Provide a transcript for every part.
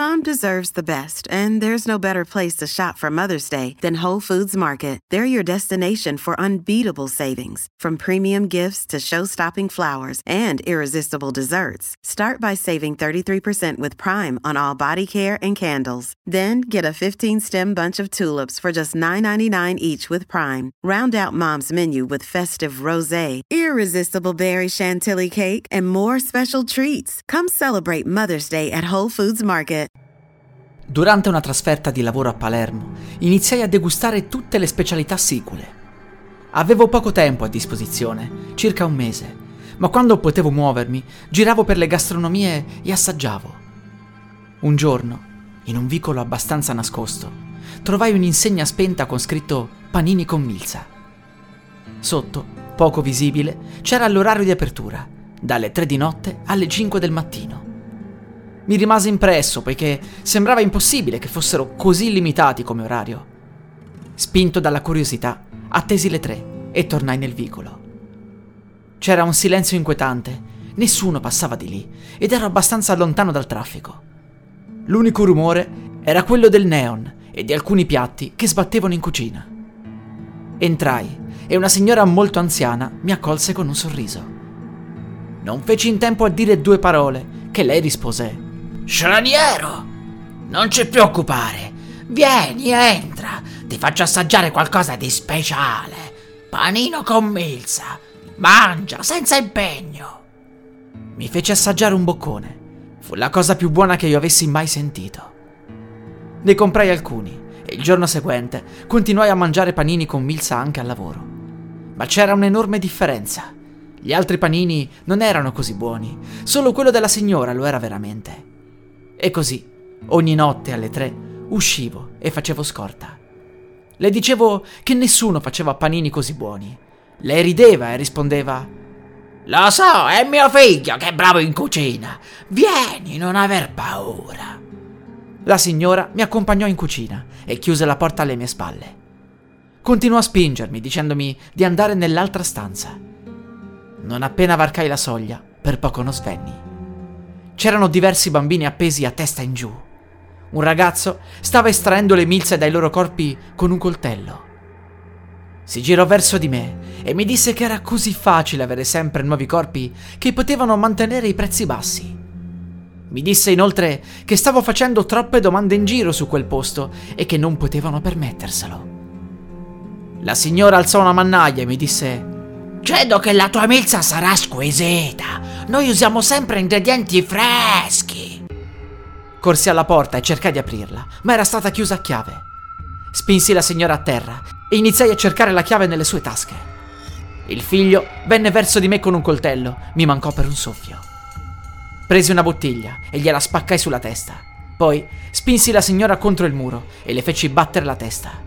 Mom deserves the best, and there's no better place to shop for Mother's Day than Whole Foods Market. They're your destination for unbeatable savings, from premium gifts to show-stopping flowers and irresistible desserts. Start by saving 33% with Prime on all body care and candles. Then get a 15-stem bunch of tulips for just $9.99 each with Prime. Round out Mom's menu with festive rosé, irresistible berry chantilly cake, and more special treats. Come celebrate Mother's Day at Whole Foods Market. Durante una trasferta di lavoro a Palermo, iniziai a degustare tutte le specialità sicule. Avevo poco tempo a disposizione, circa un mese, ma quando potevo muovermi, giravo per le gastronomie e assaggiavo. Un giorno, in un vicolo abbastanza nascosto, trovai un'insegna spenta con scritto panini con milza. Sotto, poco visibile, c'era l'orario di apertura, dalle 3 di notte alle 5 del mattino. Mi rimase impresso poiché sembrava impossibile che fossero così limitati come orario. Spinto dalla curiosità, attesi le 3 e tornai nel vicolo. C'era un silenzio inquietante, nessuno passava di lì ed ero abbastanza lontano dal traffico. L'unico rumore era quello del neon e di alcuni piatti che sbattevano in cucina. Entrai e una signora molto anziana mi accolse con un sorriso. Non feci in tempo a dire 2 parole che lei rispose: «Straniero, non ci preoccupare, vieni, entra, ti faccio assaggiare qualcosa di speciale, panino con milza, mangia senza impegno». Mi fece assaggiare un boccone, fu la cosa più buona che io avessi mai sentito. Ne comprai alcuni e il giorno seguente continuai a mangiare panini con milza anche al lavoro. Ma c'era un'enorme differenza. Gli altri panini non erano così buoni, solo quello della signora lo era veramente. E così, ogni notte alle 3, uscivo e facevo scorta. Le dicevo che nessuno faceva panini così buoni. Lei rideva e rispondeva: «Lo so, è mio figlio che è bravo in cucina. Vieni, non aver paura». La signora mi accompagnò in cucina e chiuse la porta alle mie spalle. Continuò a spingermi, dicendomi di andare nell'altra stanza. Non appena varcai la soglia, per poco non svenni. C'erano diversi bambini appesi a testa in giù. Un ragazzo stava estraendo le milze dai loro corpi con un coltello. Si girò verso di me e mi disse che era così facile avere sempre nuovi corpi che potevano mantenere i prezzi bassi. Mi disse inoltre che stavo facendo troppe domande in giro su quel posto e che non potevano permetterselo. La signora alzò una mannaia e mi disse: «Credo che la tua milza sarà squisita. Noi usiamo sempre ingredienti freschi». Corsi alla porta e cercai di aprirla, ma era stata chiusa a chiave. Spinsi la signora a terra e iniziai a cercare la chiave nelle sue tasche. Il figlio venne verso di me con un coltello, mi mancò per un soffio. Presi una bottiglia e gliela spaccai sulla testa. Poi spinsi la signora contro il muro e le feci battere la testa.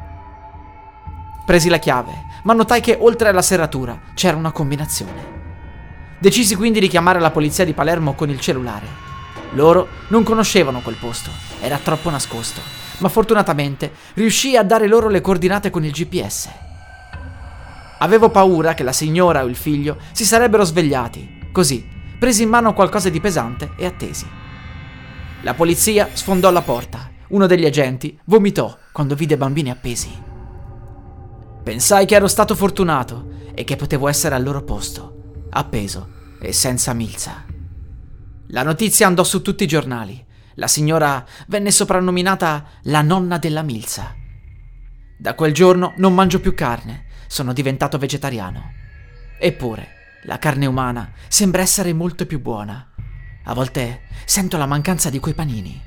Presi la chiave, ma notai che oltre alla serratura c'era una combinazione. Decisi quindi di chiamare la polizia di Palermo con il cellulare. Loro non conoscevano quel posto, era troppo nascosto, ma fortunatamente riuscii a dare loro le coordinate con il GPS. Avevo paura che la signora o il figlio si sarebbero svegliati, così presi in mano qualcosa di pesante e attesi. La polizia sfondò la porta. Uno degli agenti vomitò quando vide bambini appesi. Pensai che ero stato fortunato e che potevo essere al loro posto, appeso e senza milza. La notizia andò su tutti i giornali. La signora venne soprannominata la nonna della milza. Da quel giorno non mangio più carne, sono diventato vegetariano. Eppure, la carne umana sembra essere molto più buona. A volte sento la mancanza di quei panini.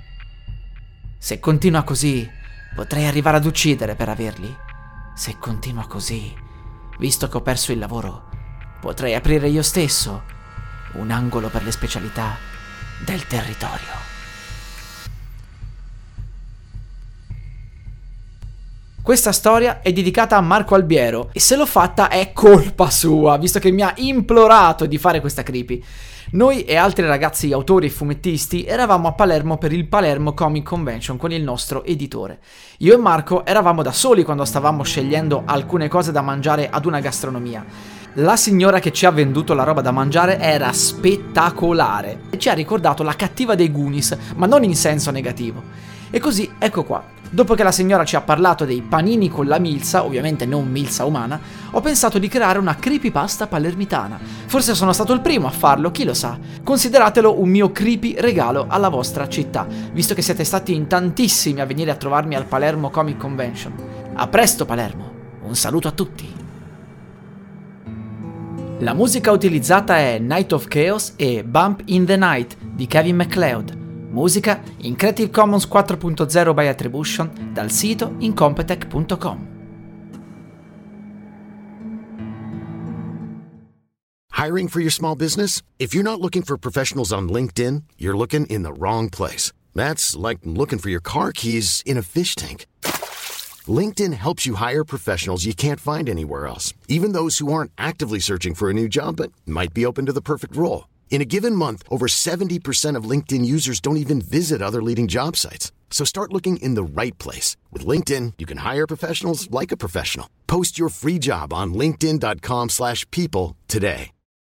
Se continua così, potrei arrivare ad uccidere per averli. Se continua così, visto che ho perso il lavoro, potrei aprire io stesso un angolo per le specialità del territorio. Questa storia è dedicata a Marco Albiero e se l'ho fatta è colpa sua, visto che mi ha implorato di fare questa creepy. Noi e altri ragazzi autori e fumettisti eravamo a Palermo per il Palermo Comic Convention con il nostro editore. Io e Marco eravamo da soli quando stavamo scegliendo alcune cose da mangiare ad una gastronomia. La signora che ci ha venduto la roba da mangiare era spettacolare e ci ha ricordato la cattiva dei Goonies, ma non in senso negativo. E così, ecco qua. Dopo che la signora ci ha parlato dei panini con la milza, ovviamente non milza umana, ho pensato di creare una creepypasta palermitana. Forse sono stato il primo a farlo, chi lo sa. Consideratelo un mio creepy regalo alla vostra città, visto che siete stati in tantissimi a venire a trovarmi al Palermo Comic Convention. A presto Palermo, un saluto a tutti. La musica utilizzata è Night of Chaos e Bump in the Night di Kevin MacLeod. Musica in Creative Commons 4.0 by Attribution dal sito incompetech.com. Hiring for your small business? If you're not looking for professionals on LinkedIn, you're looking in the wrong place. That's like looking for your car keys in a fish tank. LinkedIn helps you hire professionals you can't find anywhere else, even those who aren't actively searching for a new job but might be open to the perfect role. In a given month, over 70% of LinkedIn users don't even visit other leading job sites. So start looking in the right place. With LinkedIn, you can hire professionals like a professional. Post your free job on linkedin.com/people today.